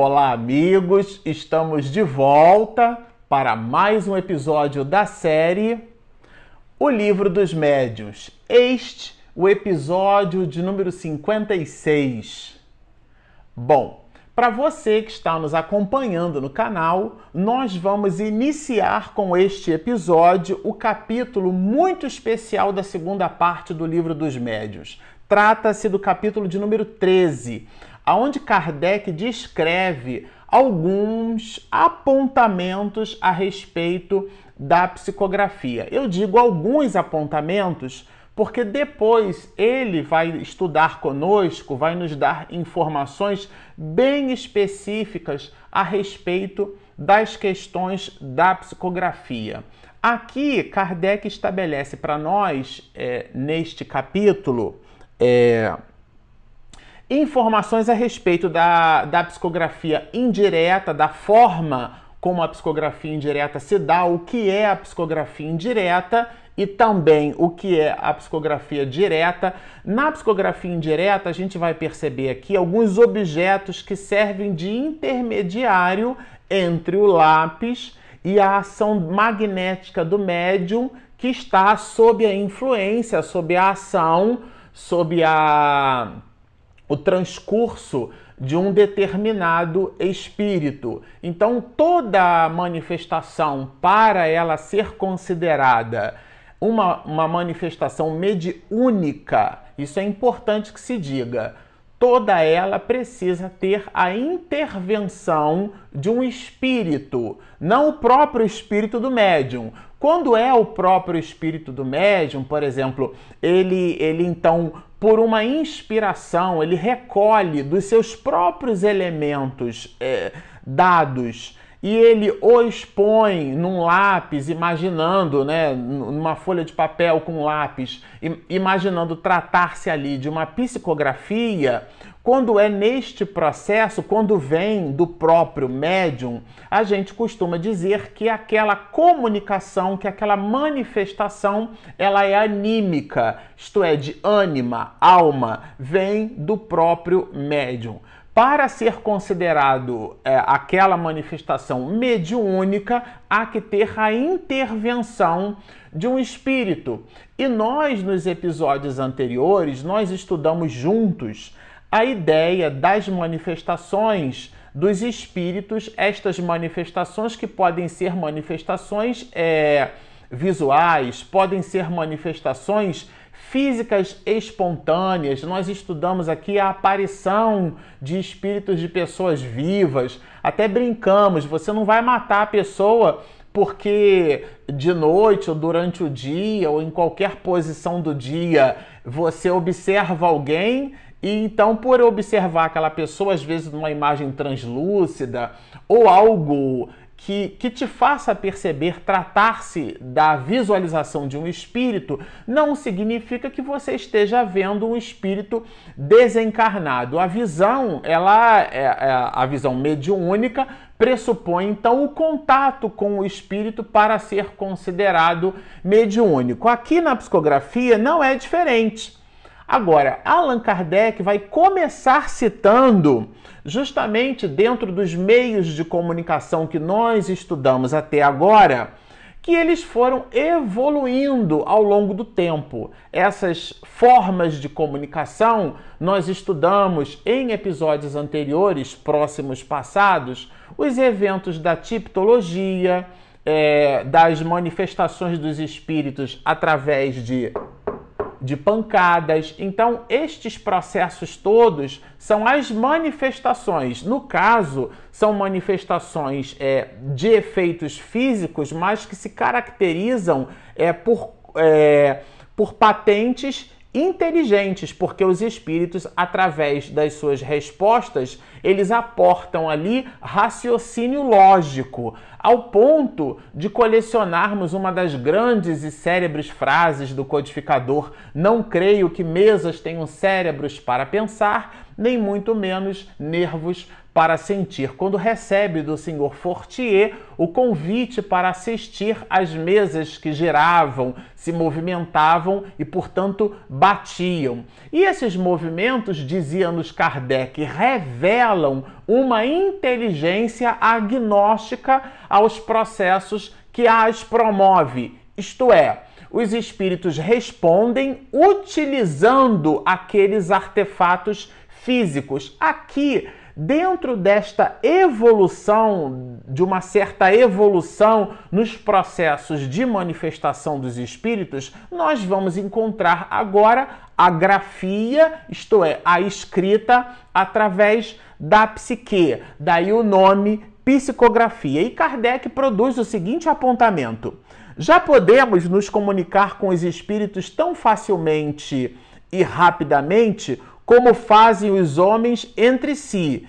Olá, amigos! Estamos de volta para mais um episódio da série O Livro dos Médiuns. Este, o episódio de número 56. Bom, para você que está nos acompanhando no canal, nós vamos iniciar com este episódio o capítulo muito especial da segunda parte do Livro dos Médiuns. Trata-se do capítulo de número 13, onde Kardec descreve alguns apontamentos a respeito da psicografia. Eu digo alguns apontamentos porque depois ele vai estudar conosco, vai nos dar informações bem específicas a respeito das questões da psicografia. Aqui, Kardec estabelece para nós, neste capítulo, informações a respeito da psicografia indireta, da forma como a psicografia indireta se dá, o que é a psicografia indireta e também o que é a psicografia direta. Na psicografia indireta, a gente vai perceber aqui alguns objetos que servem de intermediário entre o lápis e a ação magnética do médium, que está sob a influência, sob a ação, sob o transcurso de um determinado espírito. Então, toda manifestação, para ela ser considerada uma manifestação mediúnica, isso é importante que se diga, toda ela precisa ter a intervenção de um espírito, não o próprio espírito do médium. Quando é o próprio espírito do médium, por exemplo, ele então, por uma inspiração, ele recolhe dos seus próprios elementos dados e ele o expõe num lápis, imaginando, numa folha de papel com lápis, imaginando tratar-se ali de uma psicografia. Quando é neste processo, quando vem do próprio médium, a gente costuma dizer que aquela comunicação, que aquela manifestação, ela é anímica, isto é, de ânima, alma, vem do próprio médium. Para ser considerado aquela manifestação mediúnica, há que ter a intervenção de um espírito. E nós, nos episódios anteriores, nós estudamos juntos a ideia das manifestações dos espíritos, estas manifestações que podem ser manifestações visuais, podem ser manifestações físicas espontâneas. Nós estudamos aqui a aparição de espíritos de pessoas vivas, até brincamos, você não vai matar a pessoa porque de noite ou durante o dia ou em qualquer posição do dia você observa alguém e então, por observar aquela pessoa, às vezes numa imagem translúcida ou algo que te faça perceber, tratar-se da visualização de um espírito, não significa que você esteja vendo um espírito desencarnado. A visão, a visão mediúnica, pressupõe então o contato com o espírito para ser considerado mediúnico. Aqui na psicografia não é diferente. Agora, Allan Kardec vai começar citando, justamente dentro dos meios de comunicação que nós estudamos até agora, que eles foram evoluindo ao longo do tempo. Essas formas de comunicação nós estudamos em episódios anteriores, próximos passados, os eventos da tipologia, das manifestações dos espíritos através de pancadas. Então, estes processos todos são as manifestações. No caso, são manifestações de efeitos físicos, mas que se caracterizam por patentes inteligentes, porque os espíritos, através das suas respostas, eles aportam ali raciocínio lógico, ao ponto de colecionarmos uma das grandes e célebres frases do codificador: não creio que mesas tenham cérebros para pensar, nem muito menos nervos para sentir, quando recebe do Sr. Fortier o convite para assistir às mesas que giravam, se movimentavam e, portanto, batiam. E esses movimentos, dizia-nos Kardec, revelam uma inteligência agnóstica aos processos que as promove. Isto é, os espíritos respondem utilizando aqueles artefatos físicos. Aqui, dentro desta evolução, de uma certa evolução nos processos de manifestação dos espíritos, nós vamos encontrar agora a grafia, isto é, a escrita através da psique, daí o nome psicografia. E Kardec produz o seguinte apontamento: já podemos nos comunicar com os espíritos tão facilmente e rapidamente como fazem os homens entre si,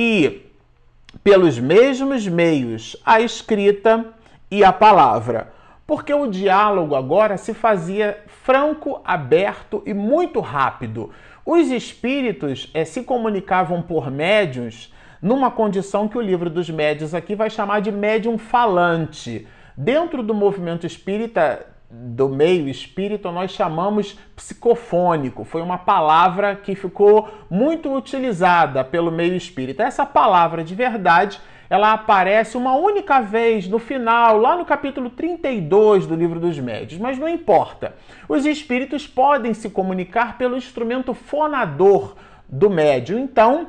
e pelos mesmos meios, a escrita e a palavra. Porque o diálogo agora se fazia franco, aberto e muito rápido. Os espíritos se comunicavam por médiuns numa condição que o livro dos médiuns aqui vai chamar de médium falante. Dentro do movimento espírita, do meio espírita, nós chamamos psicofônico. Foi uma palavra que ficou muito utilizada pelo meio espírita. Essa palavra, de verdade, ela aparece uma única vez no final, lá no capítulo 32 do livro dos médiuns, mas não importa. Os espíritos podem se comunicar pelo instrumento fonador do médium. Então,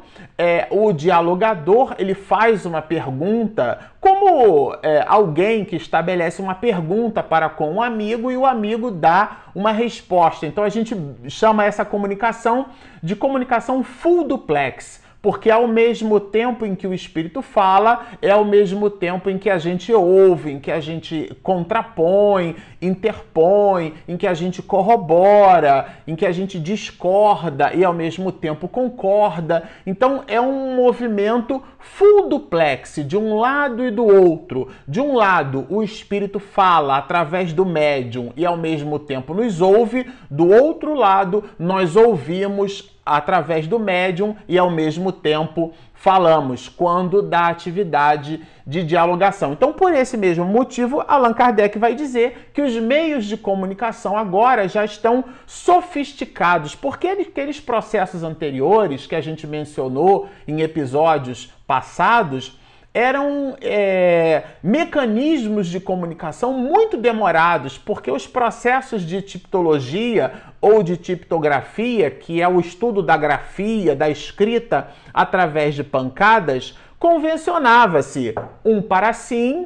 o dialogador, ele faz uma pergunta, como alguém que estabelece uma pergunta para com um amigo e o amigo dá uma resposta. Então, a gente chama essa comunicação de comunicação full duplex, porque ao mesmo tempo em que o espírito fala, é ao mesmo tempo em que a gente ouve, em que a gente contrapõe, interpõe, em que a gente corrobora, em que a gente discorda e ao mesmo tempo concorda. Então é um movimento full duplex, de um lado e do outro. De um lado, o espírito fala através do médium e ao mesmo tempo nos ouve. Do outro lado, nós ouvimos através do médium e ao mesmo tempo falamos, quando da atividade de dialogação. Então, por esse mesmo motivo, Allan Kardec vai dizer que os meios de comunicação agora já estão sofisticados, porque aqueles processos anteriores que a gente mencionou em episódios passados eram mecanismos de comunicação muito demorados, porque os processos de tipologia ou de tiptografia, que é o estudo da grafia, da escrita através de pancadas, convencionava-se 1 para sim,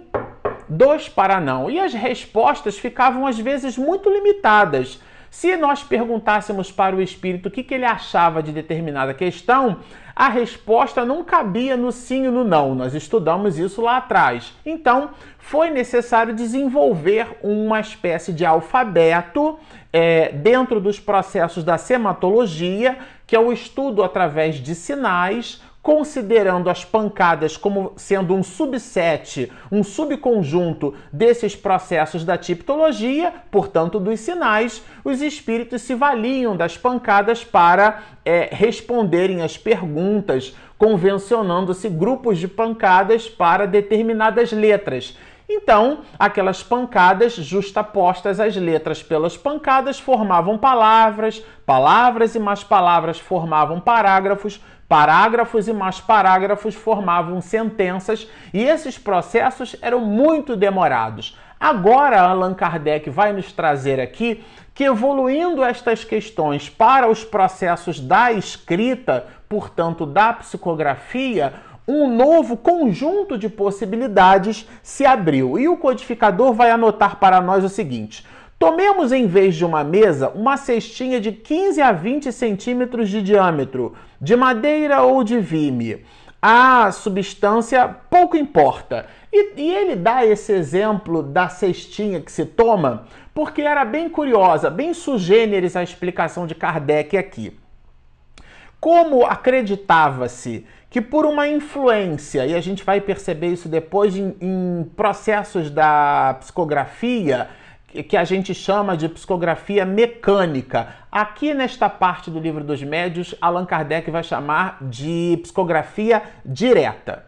2 para não. E as respostas ficavam às vezes muito limitadas. Se nós perguntássemos para o espírito o que ele achava de determinada questão, a resposta não cabia no sim e no não. Nós estudamos isso lá atrás. Então, foi necessário desenvolver uma espécie de alfabeto dentro dos processos da sematologia, que é o estudo através de sinais, considerando as pancadas como sendo um subset, um subconjunto desses processos da tipologia, portanto dos sinais. Os espíritos se valiam das pancadas para responderem as perguntas, convencionando-se grupos de pancadas para determinadas letras. Então, aquelas pancadas, justapostas as letras pelas pancadas, formavam palavras, palavras e mais palavras formavam parágrafos, parágrafos e mais parágrafos formavam sentenças, e esses processos eram muito demorados. Agora, Allan Kardec vai nos trazer aqui que, evoluindo estas questões para os processos da escrita, portanto da psicografia, um novo conjunto de possibilidades se abriu. E o codificador vai anotar para nós o seguinte: tomemos, em vez de uma mesa, uma cestinha de 15 a 20 centímetros de diâmetro, de madeira ou de vime. A substância pouco importa. E ele dá esse exemplo da cestinha que se toma porque era bem curiosa, bem sui generis a explicação de Kardec aqui. Como acreditava-se que por uma influência, e a gente vai perceber isso depois em processos da psicografia, que a gente chama de psicografia mecânica. Aqui nesta parte do livro dos médiuns, Allan Kardec vai chamar de psicografia direta.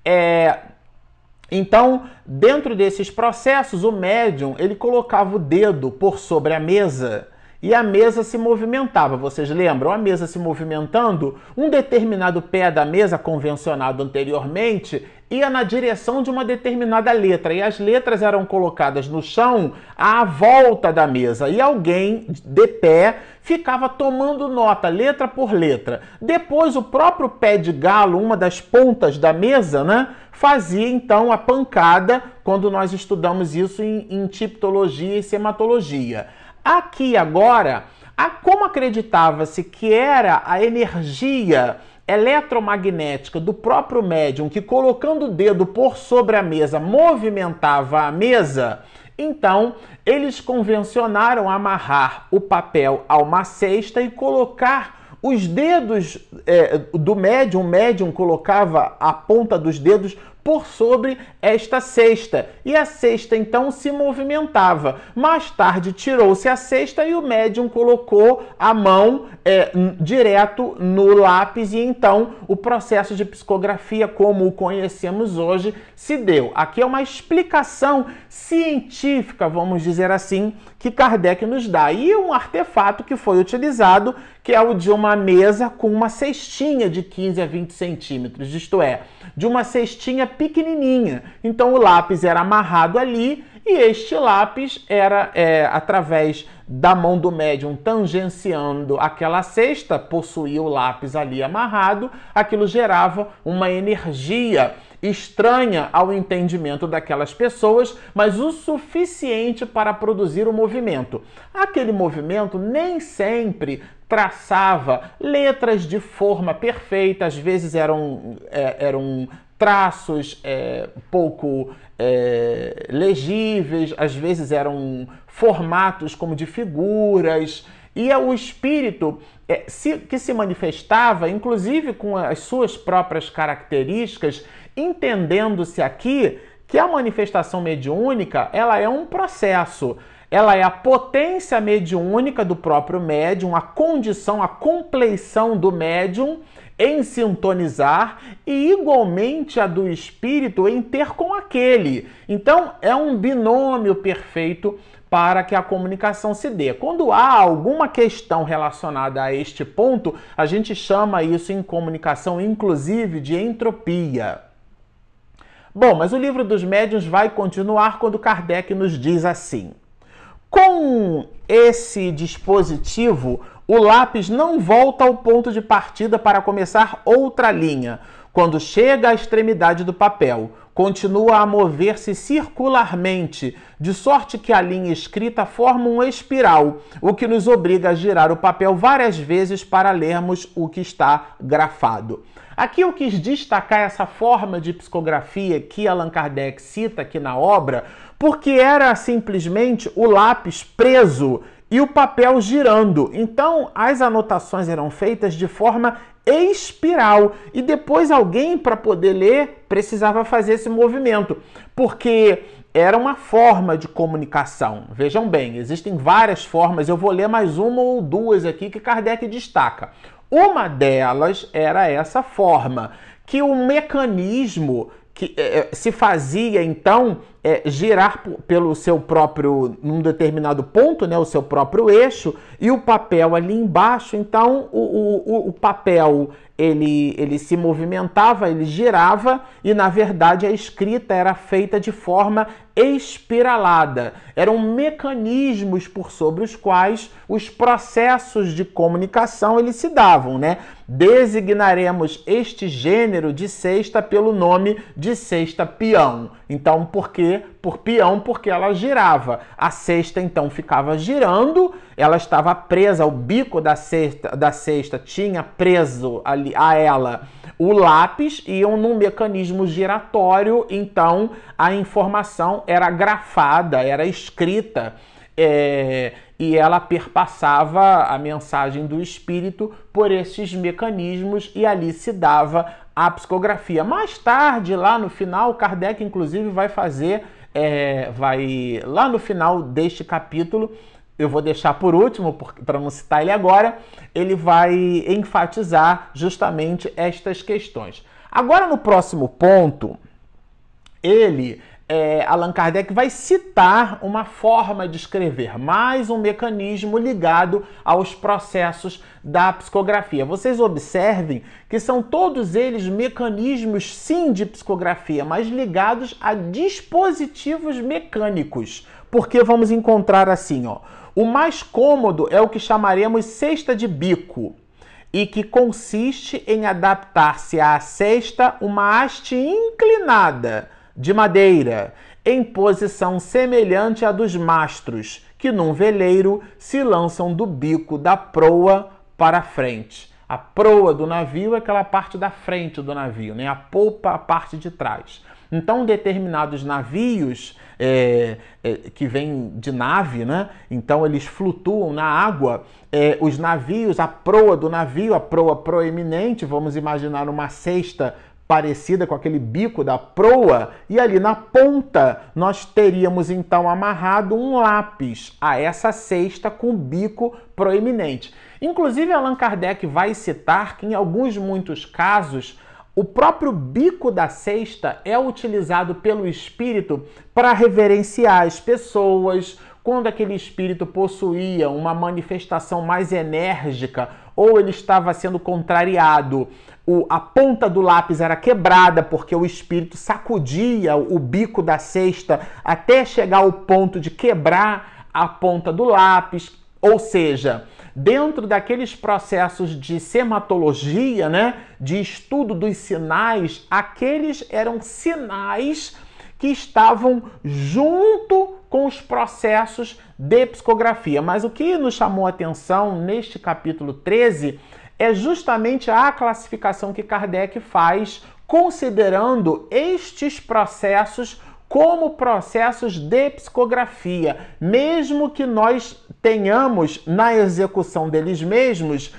Então, dentro desses processos, o médium ele colocava o dedo por sobre a mesa e a mesa se movimentava. Vocês lembram? A mesa se movimentando, um determinado pé da mesa, convencionado anteriormente, ia na direção de uma determinada letra, e as letras eram colocadas no chão à volta da mesa, e alguém de pé ficava tomando nota, letra por letra. Depois, o próprio pé de galo, uma das pontas da mesa, né, fazia então a pancada, quando nós estudamos isso em tiptologia e sematologia. Aqui agora, como acreditava-se que era a energia eletromagnética do próprio médium que, colocando o dedo por sobre a mesa, movimentava a mesa, então eles convencionaram amarrar o papel a uma cesta e colocar os dedos do médium. O médium colocava a ponta dos dedos por sobre esta cesta, e a cesta então se movimentava. Mais tarde tirou-se a cesta e o médium colocou a mão direto no lápis, e então o processo de psicografia como o conhecemos hoje se deu. Aqui é uma explicação científica, vamos dizer assim, que Kardec nos dá. E um artefato que foi utilizado, que é o de uma mesa com uma cestinha de 15 a 20 centímetros, isto é, de uma cestinha pequenininha. Então o lápis era amarrado ali, e este lápis era, através da mão do médium tangenciando aquela cesta, possuía o lápis ali amarrado, aquilo gerava uma energia estranha ao entendimento daquelas pessoas, mas o suficiente para produzir o movimento. Aquele movimento nem sempre traçava letras de forma perfeita, às vezes eram traços pouco legíveis, às vezes eram formatos como de figuras, e o espírito que se manifestava, inclusive com as suas próprias características, entendendo-se aqui que a manifestação mediúnica, ela é um processo. Ela é a potência mediúnica do próprio médium, a condição, a compleição do médium em sintonizar, e igualmente a do espírito em ter com aquele. Então, é um binômio perfeito para que a comunicação se dê. Quando há alguma questão relacionada a este ponto, a gente chama isso em comunicação, inclusive, de entropia. Bom, mas o Livro dos Médiuns vai continuar quando Kardec nos diz assim: com esse dispositivo, o lápis não volta ao ponto de partida para começar outra linha. Quando chega à extremidade do papel, continua a mover-se circularmente, de sorte que a linha escrita forma uma espiral, o que nos obriga a girar o papel várias vezes para lermos o que está grafado. Aqui eu quis destacar essa forma de psicografia que Allan Kardec cita aqui na obra, porque era simplesmente o lápis preso e o papel girando. Então, as anotações eram feitas de forma espiral, e depois alguém, para poder ler, precisava fazer esse movimento, porque era uma forma de comunicação. Vejam bem, existem várias formas, eu vou ler mais uma ou duas aqui que Kardec destaca. Uma delas era essa forma, que o mecanismo que se fazia, então, girar pelo seu próprio, num determinado ponto, né, o seu próprio eixo, e o papel ali embaixo. Então, o papel, ele se movimentava, ele girava, e, na verdade, a escrita era feita de forma espiralada. Eram mecanismos por sobre os quais os processos de comunicação eles se davam, né? Designaremos este gênero de cesta pelo nome de cesta peão. Então, por quê? Por peão, porque ela girava. A cesta, então, ficava girando, ela estava presa, o bico da cesta tinha preso ali a ela o lápis, iam num mecanismo giratório, então a informação era grafada, era escrita, e ela perpassava a mensagem do espírito por esses mecanismos, e ali se dava a psicografia. Mais tarde, lá no final, Kardec inclusive vai fazer, lá no final deste capítulo, eu vou deixar por último, para não citar ele agora, ele vai enfatizar justamente estas questões. Agora, no próximo ponto, ele Allan Kardec vai citar uma forma de escrever, mais um mecanismo ligado aos processos da psicografia. Vocês observem que são todos eles mecanismos, sim, de psicografia, mas ligados a dispositivos mecânicos. Porque vamos encontrar assim, ó, o mais cômodo é o que chamaremos cesta de bico, e que consiste em adaptar-se à cesta uma haste inclinada de madeira, em posição semelhante à dos mastros, que num veleiro se lançam do bico da proa para a frente. A proa do navio é aquela parte da frente do navio, né? A polpa, a parte de trás. Então, determinados navios que vêm de nave, né? Então eles flutuam na água. Os navios, a proa do navio, a proa proeminente, vamos imaginar uma cesta parecida com aquele bico da proa, e ali na ponta nós teríamos então amarrado um lápis a essa cesta com bico proeminente. Inclusive, Allan Kardec vai citar que em muitos casos o próprio bico da cesta é utilizado pelo espírito para reverenciar as pessoas, quando aquele espírito possuía uma manifestação mais enérgica ou ele estava sendo contrariado. A ponta do lápis era quebrada porque o espírito sacudia o bico da cesta até chegar ao ponto de quebrar a ponta do lápis. Ou seja, dentro daqueles processos de sematologia, né, de estudo dos sinais, aqueles eram sinais que estavam junto com os processos de psicografia. Mas o que nos chamou a atenção neste capítulo 13 é justamente a classificação que Kardec faz, considerando estes processos como processos de psicografia, mesmo que nós tenhamos na execução deles mesmos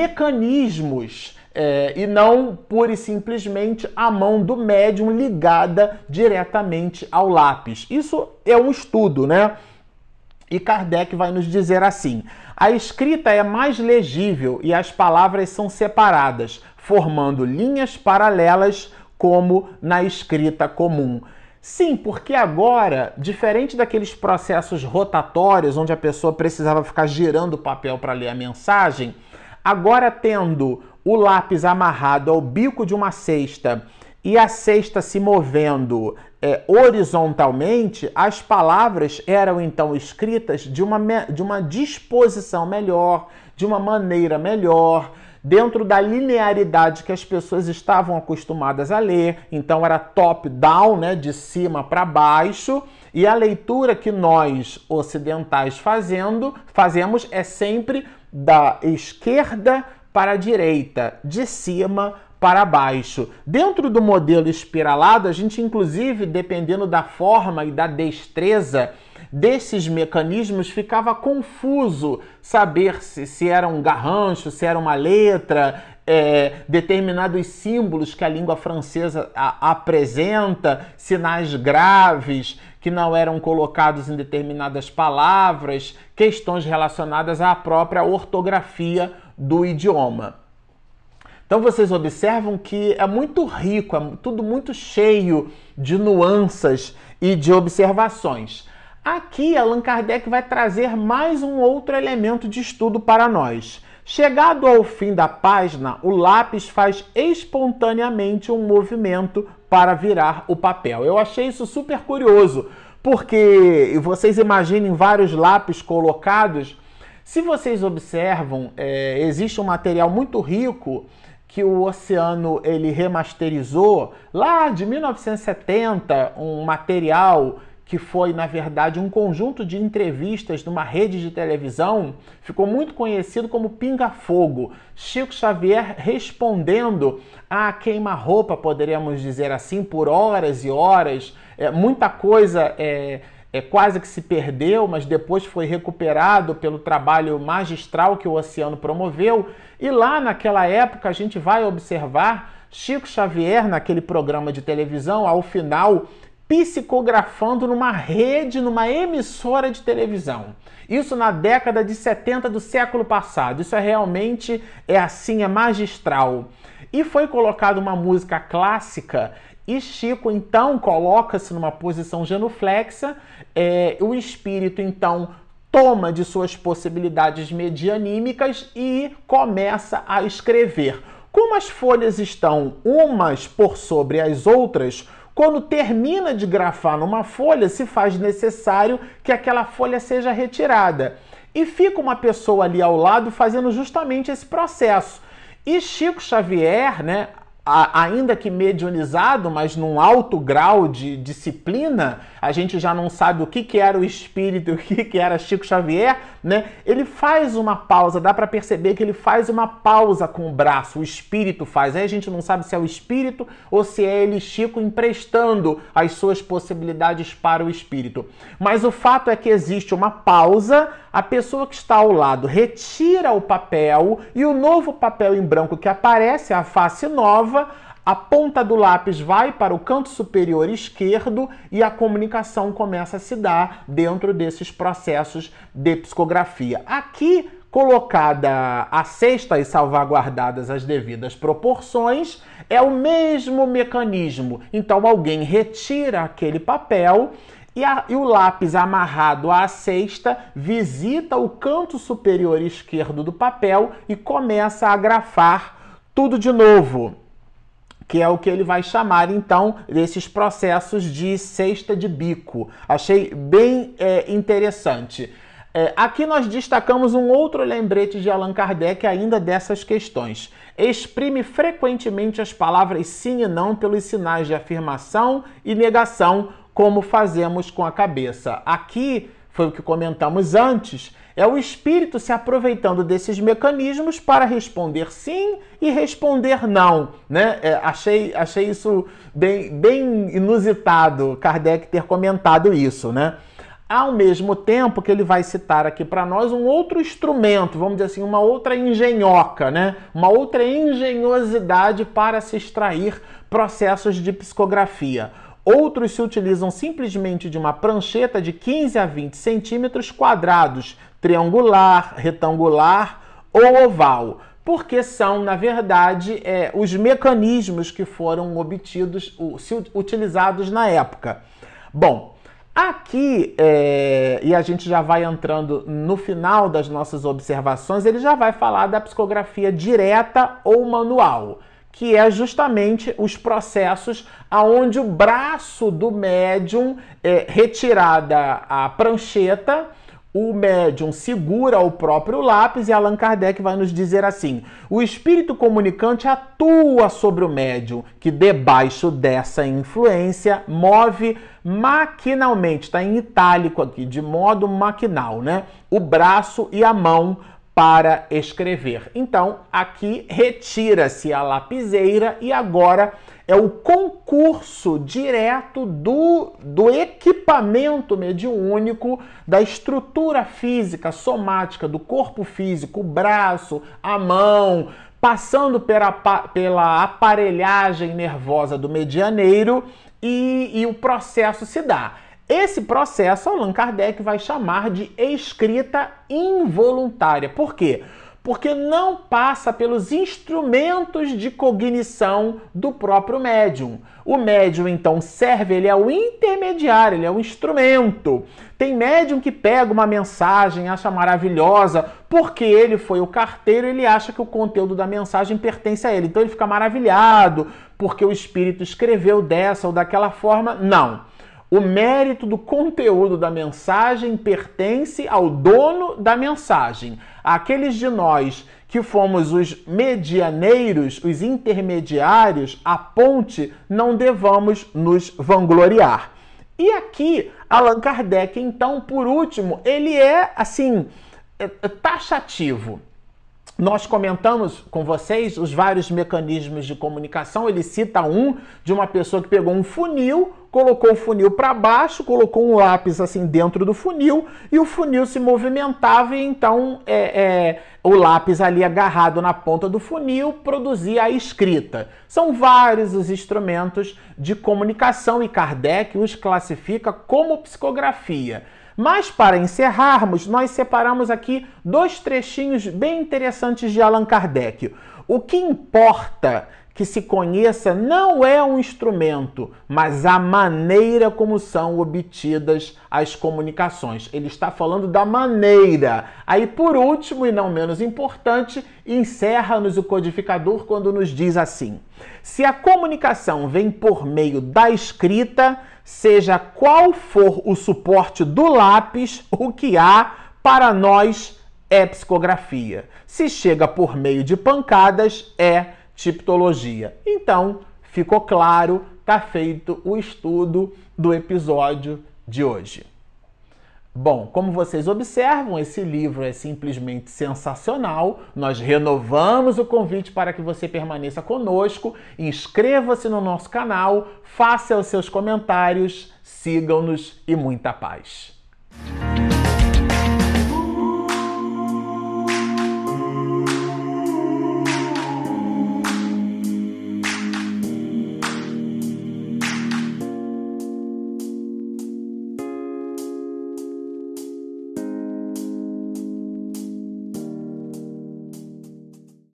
mecanismos e não pura e simplesmente a mão do médium ligada diretamente ao lápis. Isso é um estudo, né? E Kardec vai nos dizer assim: a escrita é mais legível e as palavras são separadas, formando linhas paralelas como na escrita comum. Sim, porque agora, diferente daqueles processos rotatórios, onde a pessoa precisava ficar girando o papel para ler a mensagem, agora tendo o lápis amarrado ao bico de uma cesta e a cesta se movendo horizontalmente, as palavras eram então escritas de uma disposição melhor, de uma maneira melhor, dentro da linearidade que as pessoas estavam acostumadas a ler. Então era top-down, né, de cima para baixo, e a leitura que nós ocidentais fazemos é sempre da esquerda para a direita, de cima para baixo. Dentro do modelo espiralado, a gente inclusive, dependendo da forma e da destreza desses mecanismos, ficava confuso saber se era um garrancho, se era uma letra, determinados símbolos que a língua francesa apresenta, sinais graves que não eram colocados em determinadas palavras, questões relacionadas à própria ortografia do idioma. Então vocês observam que é muito rico, é tudo muito cheio de nuances e de observações. Aqui, Allan Kardec vai trazer mais um outro elemento de estudo para nós. Chegado ao fim da página, o lápis faz espontaneamente um movimento para virar o papel. Eu achei isso super curioso, porque vocês imaginem vários lápis colocados. Se vocês observam, existe um material muito rico que o Oceano ele remasterizou lá de 1970, um material que foi, na verdade, um conjunto de entrevistas numa rede de televisão, ficou muito conhecido como Pinga Fogo. Chico Xavier respondendo a queima-roupa, poderíamos dizer assim, por horas e horas. Muita coisa quase que se perdeu, mas depois foi recuperado pelo trabalho magistral que o Oceano promoveu. E lá naquela época a gente vai observar Chico Xavier naquele programa de televisão, ao final, psicografando numa rede, numa emissora de televisão. Isso na década de 70 do século passado. Isso realmente é magistral. E foi colocada uma música clássica E Chico, então, coloca-se numa posição genuflexa, o espírito, então, toma de suas possibilidades medianímicas e começa a escrever. Como as folhas estão umas por sobre as outras, quando termina de grafar numa folha, se faz necessário que aquela folha seja retirada. E fica uma pessoa ali ao lado fazendo justamente esse processo. E Chico Xavier, né, ainda que mediunizado, mas num alto grau de disciplina, a gente já não sabe o que era o espírito, o que era Chico Xavier, né? Ele faz uma pausa, dá para perceber que ele faz uma pausa com o braço, o espírito faz. Aí a gente não sabe se é o espírito ou se é ele, Chico, emprestando as suas possibilidades para o espírito. Mas o fato é que existe uma pausa, a pessoa que está ao lado retira o papel e o novo papel em branco que aparece, a face nova, a ponta do lápis vai para o canto superior esquerdo e a comunicação começa a se dar dentro desses processos de psicografia. Aqui, colocada a cesta e salvaguardadas as devidas proporções, é o mesmo mecanismo. Então, alguém retira aquele papel e o lápis amarrado à cesta visita o canto superior esquerdo do papel e começa a grafar tudo de novo, que é o que ele vai chamar, então, desses processos de cesta de bico. Achei bem interessante. Aqui nós destacamos um outro lembrete de Allan Kardec ainda dessas questões. Exprime frequentemente as palavras sim e não pelos sinais de afirmação e negação, como fazemos com a cabeça. Aqui, foi o que comentamos antes, é o espírito se aproveitando desses mecanismos para responder sim e responder não, né? Achei isso bem inusitado, Kardec ter comentado isso, né? Ao mesmo tempo que ele vai citar aqui para nós um outro instrumento, vamos dizer assim, uma outra engenhoca, né? Uma outra engenhosidade para se extrair processos de psicografia. Outros se utilizam simplesmente de uma prancheta de 15 a 20 centímetros quadrados, triangular, retangular ou oval, porque são, na verdade, os mecanismos que foram utilizados na época. Bom, aqui, e a gente já vai entrando no final das nossas observações, ele já vai falar da psicografia direta ou manual, que é justamente os processos onde o braço do médium retirada a prancheta, o médium segura o próprio lápis e Allan Kardec vai nos dizer assim: o espírito comunicante atua sobre o médium, que debaixo dessa influência move maquinalmente, está em itálico aqui, de modo maquinal, né? O braço e a mão para escrever. Então, aqui retira-se a lapiseira e agora é o concurso direto do equipamento mediúnico, da estrutura física, somática, do corpo físico, o braço, a mão, passando pela aparelhagem nervosa do medianeiro e o processo se dá. Esse processo Allan Kardec vai chamar de escrita involuntária. Por quê? Porque não passa pelos instrumentos de cognição do próprio médium. O médium, então, ele é o intermediário, ele é o instrumento. Tem médium que pega uma mensagem, acha maravilhosa, porque ele foi o carteiro, ele acha que o conteúdo da mensagem pertence a ele. Então ele fica maravilhado, porque o espírito escreveu dessa ou daquela forma. Não. O mérito do conteúdo da mensagem pertence ao dono da mensagem. Aqueles de nós que fomos os medianeiros, os intermediários, a ponte, não devamos nos vangloriar. E aqui, Allan Kardec, então, por último, ele é, assim, taxativo. Nós comentamos com vocês os vários mecanismos de comunicação. Ele cita um de uma pessoa que pegou um funil, colocou o funil para baixo, colocou um lápis assim dentro do funil e o funil se movimentava e então o lápis ali agarrado na ponta do funil produzia a escrita. São vários os instrumentos de comunicação e Kardec os classifica como psicografia. Mas para encerrarmos, nós separamos aqui dois trechinhos bem interessantes de Allan Kardec. O que importa que se conheça não é um instrumento, mas a maneira como são obtidas as comunicações. Ele está falando da maneira. Aí, por último e não menos importante, encerra-nos o codificador quando nos diz assim: se a comunicação vem por meio da escrita, seja qual for o suporte do lápis, o que há para nós é psicografia. Se chega por meio de pancadas, é tipologia. Então, ficou claro, está feito o estudo do episódio de hoje. Bom, como vocês observam, esse livro é simplesmente sensacional. Nós renovamos o convite para que você permaneça conosco, inscreva-se no nosso canal, faça os seus comentários, sigam-nos e muita paz.